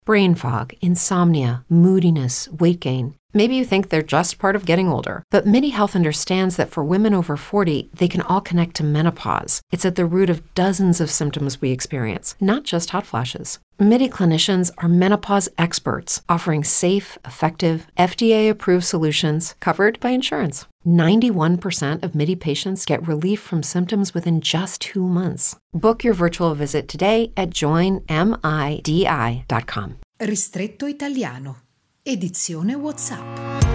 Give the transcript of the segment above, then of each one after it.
Brain fog, insomnia, moodiness, weight gain. Maybe you think they're just part of getting older, but MIDI Health understands that for women over 40, they can all connect to menopause. It's at the root of dozens of symptoms we experience, not just hot flashes. MIDI clinicians are menopause experts, offering safe, effective, FDA-approved solutions covered by insurance. 91% of MIDI patients get relief from symptoms within just 2 months. Book your virtual visit today at joinmidi.com. Ristretto Italiano, edizione WhatsApp.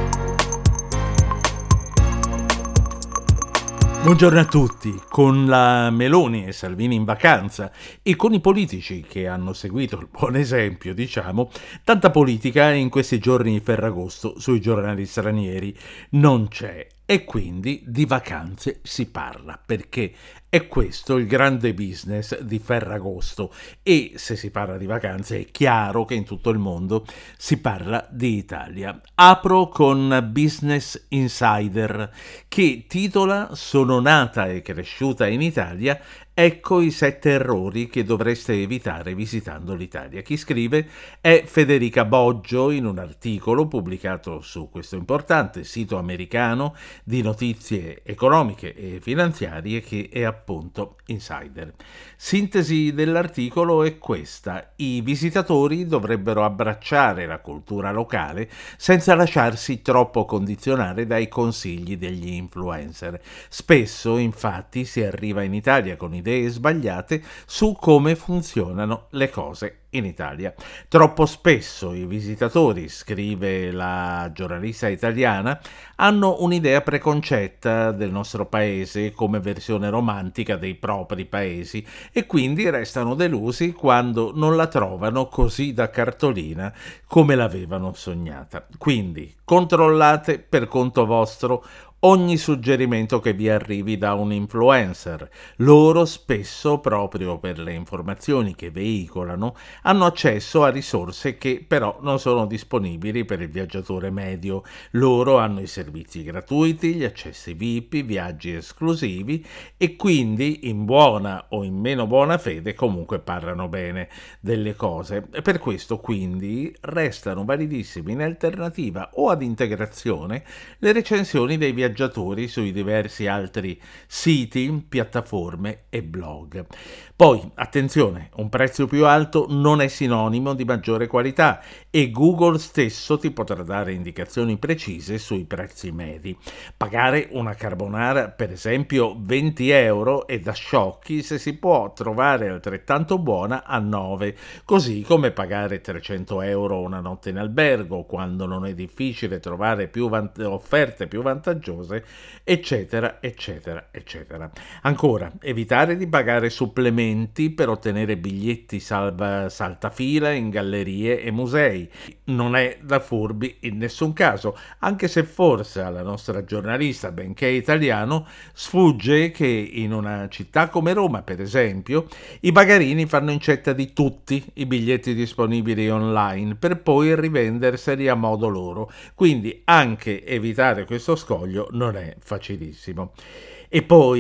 Buongiorno a tutti. Con la Meloni e Salvini in vacanza e con i politici che hanno seguito il buon esempio, diciamo, tanta politica in questi giorni di Ferragosto sui giornali stranieri non c'è. E quindi di vacanze si parla, perché è questo il grande business di Ferragosto e se si parla di vacanze è chiaro che in tutto il mondo si parla di Italia. Apro con Business Insider che titola "Sono nata e cresciuta in Italia, ecco i 7 errori che dovreste evitare visitando l'Italia". Chi scrive è Federica Boggio in un articolo pubblicato su questo importante sito americano di notizie economiche e finanziarie che è appunto Insider. Sintesi dell'articolo è questa: i visitatori dovrebbero abbracciare la cultura locale senza lasciarsi troppo condizionare dai consigli degli influencer. Spesso, infatti, si arriva in Italia con idee sbagliate su come funzionano le cose in Italia. Troppo spesso i visitatori, scrive la giornalista italiana, hanno un'idea preconcetta del nostro paese come versione romantica dei propri paesi e quindi restano delusi quando non la trovano così da cartolina come l'avevano sognata. Quindi controllate per conto vostro ogni suggerimento che vi arrivi da un influencer. Loro spesso, proprio per le informazioni che veicolano, hanno accesso a risorse che però non sono disponibili per il viaggiatore medio. Loro hanno i servizi gratuiti, gli accessi VIP, i viaggi esclusivi e quindi in buona o in meno buona fede comunque parlano bene delle cose. E per questo quindi restano validissime in alternativa o ad integrazione le recensioni dei viaggiatori sui diversi altri siti, piattaforme e blog. Poi, attenzione, un prezzo più alto non è sinonimo di maggiore qualità e Google stesso ti potrà dare indicazioni precise sui prezzi medi. Pagare una carbonara, per esempio, 20 euro è da sciocchi se si può trovare altrettanto buona a 9, così come pagare 300 euro una notte in albergo quando non è difficile trovare offerte più vantaggiose, eccetera, eccetera, eccetera. Ancora, evitare di pagare supplementi per ottenere biglietti saltafila in gallerie e musei. Non è da furbi in nessun caso, anche se forse alla nostra giornalista, benché italiano, sfugge che in una città come Roma, per esempio, i bagarini fanno incetta di tutti i biglietti disponibili online per poi rivenderseli a modo loro, quindi anche evitare questo scoglio non è facilissimo. E poi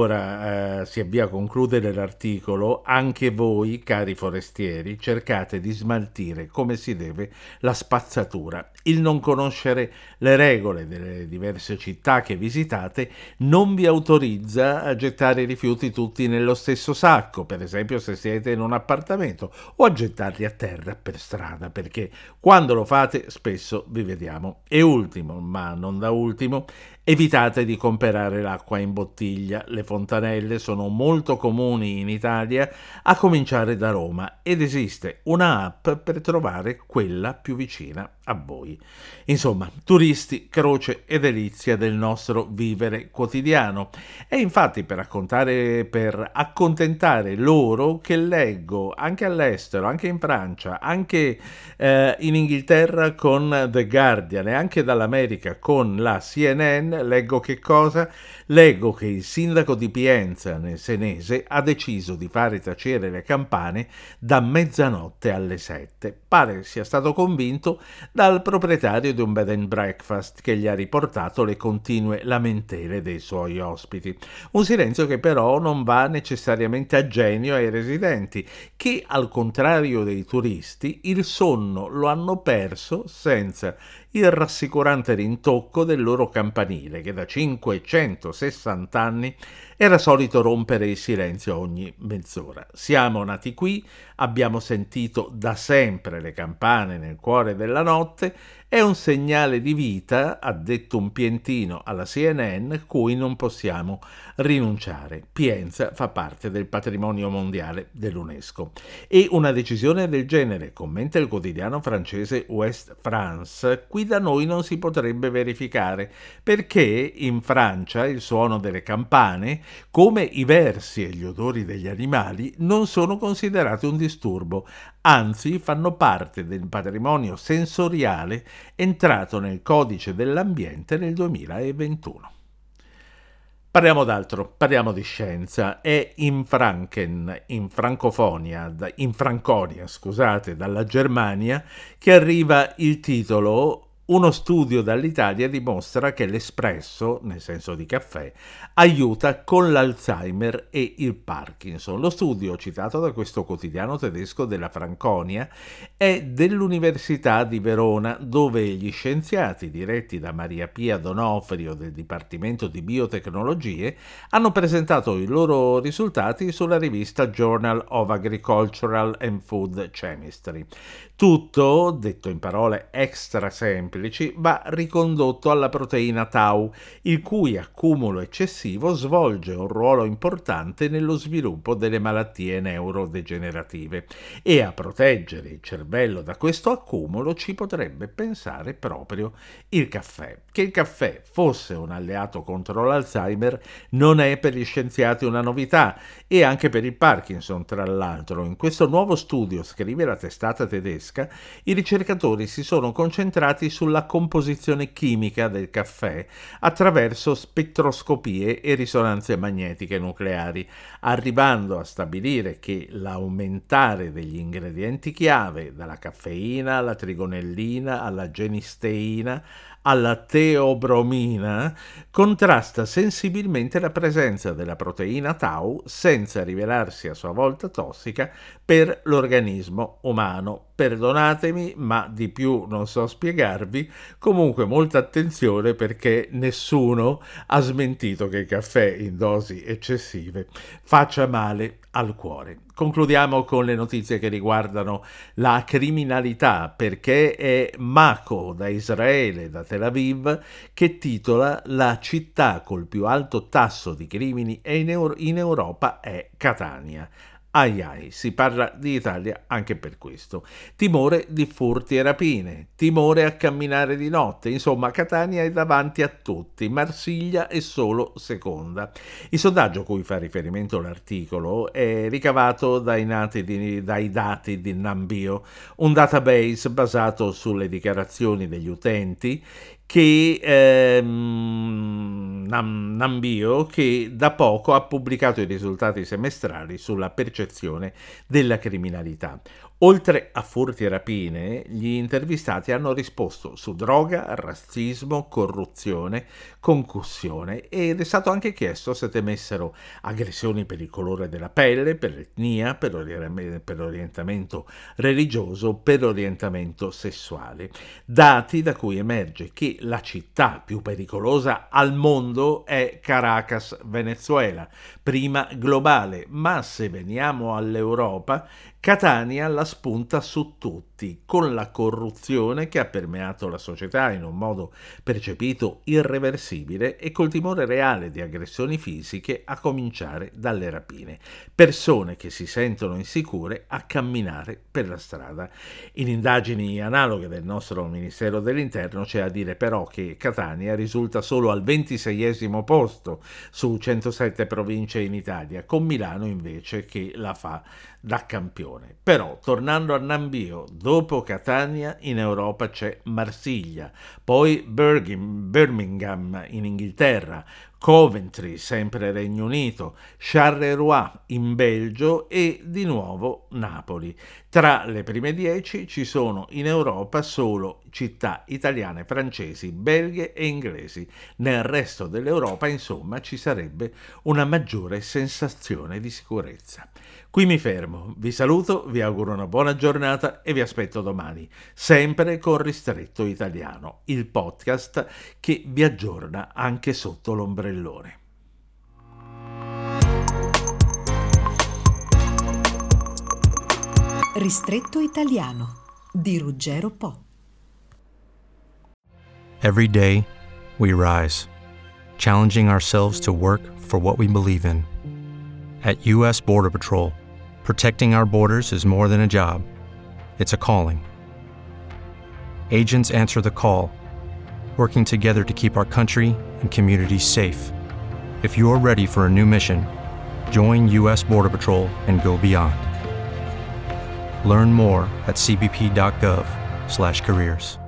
ancora si avvia a concludere l'articolo: anche voi, cari forestieri, cercate di smaltire come si deve la spazzatura. Il non conoscere le regole delle diverse città che visitate non vi autorizza a gettare i rifiuti tutti nello stesso sacco, per esempio se siete in un appartamento, o a gettarli a terra per strada, perché quando lo fate spesso vi vediamo. E ultimo, ma non da ultimo, evitate di comprare l'acqua in bottiglia. Le fontanelle sono molto comuni in Italia, a cominciare da Roma, ed esiste una app per trovare quella più vicina a voi. Insomma, turisti, croce e delizia del nostro vivere quotidiano. E infatti per accontentare loro che leggo anche all'estero, anche in Francia, anche in Inghilterra con The Guardian e anche dall'America con la CNN, CNN, leggo che cosa? Leggo che il sindaco di Pienza, nel senese, ha deciso di fare tacere le campane da mezzanotte alle 7. Pare sia stato convinto dal proprietario di un bed and breakfast che gli ha riportato le continue lamentele dei suoi ospiti. Un silenzio che però non va necessariamente a genio ai residenti, che al contrario dei turisti il sonno lo hanno perso senza il rassicurante rintocco del loro campanile che da 560 anni era solito rompere il silenzio ogni mezz'ora. Siamo nati qui, abbiamo sentito da sempre le campane nel cuore della notte, è un segnale di vita, ha detto un pientino alla CNN, cui non possiamo rinunciare. Pienza fa parte del patrimonio mondiale dell'UNESCO. E una decisione del genere, commenta il quotidiano francese Ouest France, qui da noi non si potrebbe verificare, perché in Francia il suono delle campane, come i versi e gli odori degli animali, non sono considerati un disturbo, anzi fanno parte del patrimonio sensoriale entrato nel codice dell'ambiente nel 2021. Parliamo d'altro, parliamo di scienza. È in Franconia, scusate, dalla Germania, che arriva il titolo "Uno studio dall'Italia dimostra che l'espresso, nel senso di caffè, aiuta con l'Alzheimer e il Parkinson". Lo studio, citato da questo quotidiano tedesco della Franconia, è dell'Università di Verona, dove gli scienziati, diretti da Maria Pia Donofrio del Dipartimento di Biotecnologie, hanno presentato i loro risultati sulla rivista Journal of Agricultural and Food Chemistry. Tutto, detto in parole extra semplici, va ricondotto alla proteina tau, il cui accumulo eccessivo svolge un ruolo importante nello sviluppo delle malattie neurodegenerative, e a proteggere il cervello da questo accumulo ci potrebbe pensare proprio il caffè. Che il caffè fosse un alleato contro l'Alzheimer non è per gli scienziati una novità, e anche per il Parkinson, tra l'altro. In questo nuovo studio, scrive la testata tedesca, i ricercatori si sono concentrati sulla composizione chimica del caffè attraverso spettroscopie e risonanze magnetiche nucleari, arrivando a stabilire che l'aumentare degli ingredienti chiave, dalla caffeina alla trigonellina alla genisteina alla teobromina, contrasta sensibilmente la presenza della proteina tau senza rivelarsi a sua volta tossica per l'organismo umano. Perdonatemi, ma di più non so spiegarvi. Comunque molta attenzione, perché nessuno ha smentito che il caffè in dosi eccessive faccia male al cuore. Concludiamo con le notizie che riguardano la criminalità, perché è Mako da Israele, da Tel Aviv, che titola "La città col più alto tasso di crimini in Europa è Catania". Ai ai, si parla di Italia anche per questo. Timore di furti e rapine, timore a camminare di notte, insomma Catania è davanti a tutti, Marsiglia è solo seconda. Il sondaggio a cui fa riferimento l'articolo è ricavato dai dati di Nambio, un database basato sulle dichiarazioni degli utenti che Nambio, che da poco ha pubblicato i risultati semestrali sulla percezione della criminalità. Oltre a furti e rapine, gli intervistati hanno risposto su droga, razzismo, corruzione, concussione, ed è stato anche chiesto se temessero aggressioni per il colore della pelle, per l'etnia, per l'orientamento religioso, per l'orientamento sessuale. Dati da cui emerge che la città più pericolosa al mondo è Caracas, Venezuela, prima globale, ma se veniamo all'Europa, Catania la spunta su tutti, con la corruzione che ha permeato la società in un modo percepito irreversibile e col timore reale di aggressioni fisiche, a cominciare dalle rapine. Persone che si sentono insicure a camminare per la strada. In indagini analoghe del nostro Ministero dell'Interno c'è a dire però che Catania risulta solo al 26esimo posto su 107 province in Italia, con Milano invece che la fa da campione. Però, tornando a Nambio, dopo Catania in Europa c'è Marsiglia, poi Birmingham in Inghilterra, Coventry, sempre Regno Unito, Charleroi in Belgio e di nuovo Napoli. Tra le prime 10 ci sono in Europa solo città italiane, francesi, belghe e inglesi. Nel resto dell'Europa, insomma, ci sarebbe una maggiore sensazione di sicurezza. Qui mi fermo, vi saluto, vi auguro una buona giornata e vi aspetto domani, sempre con Ristretto Italiano, il podcast che vi aggiorna anche sotto l'ombrellone. Ristretto Italiano di Ruggero Po. Every day, we rise, challenging ourselves to work for what we believe in. At U.S. Border Patrol, protecting our borders is more than a job. It's a calling. Agents answer the call, working together to keep our country and communities safe. If you're ready for a new mission, join U.S. Border Patrol and go beyond. Learn more at cbp.gov/careers.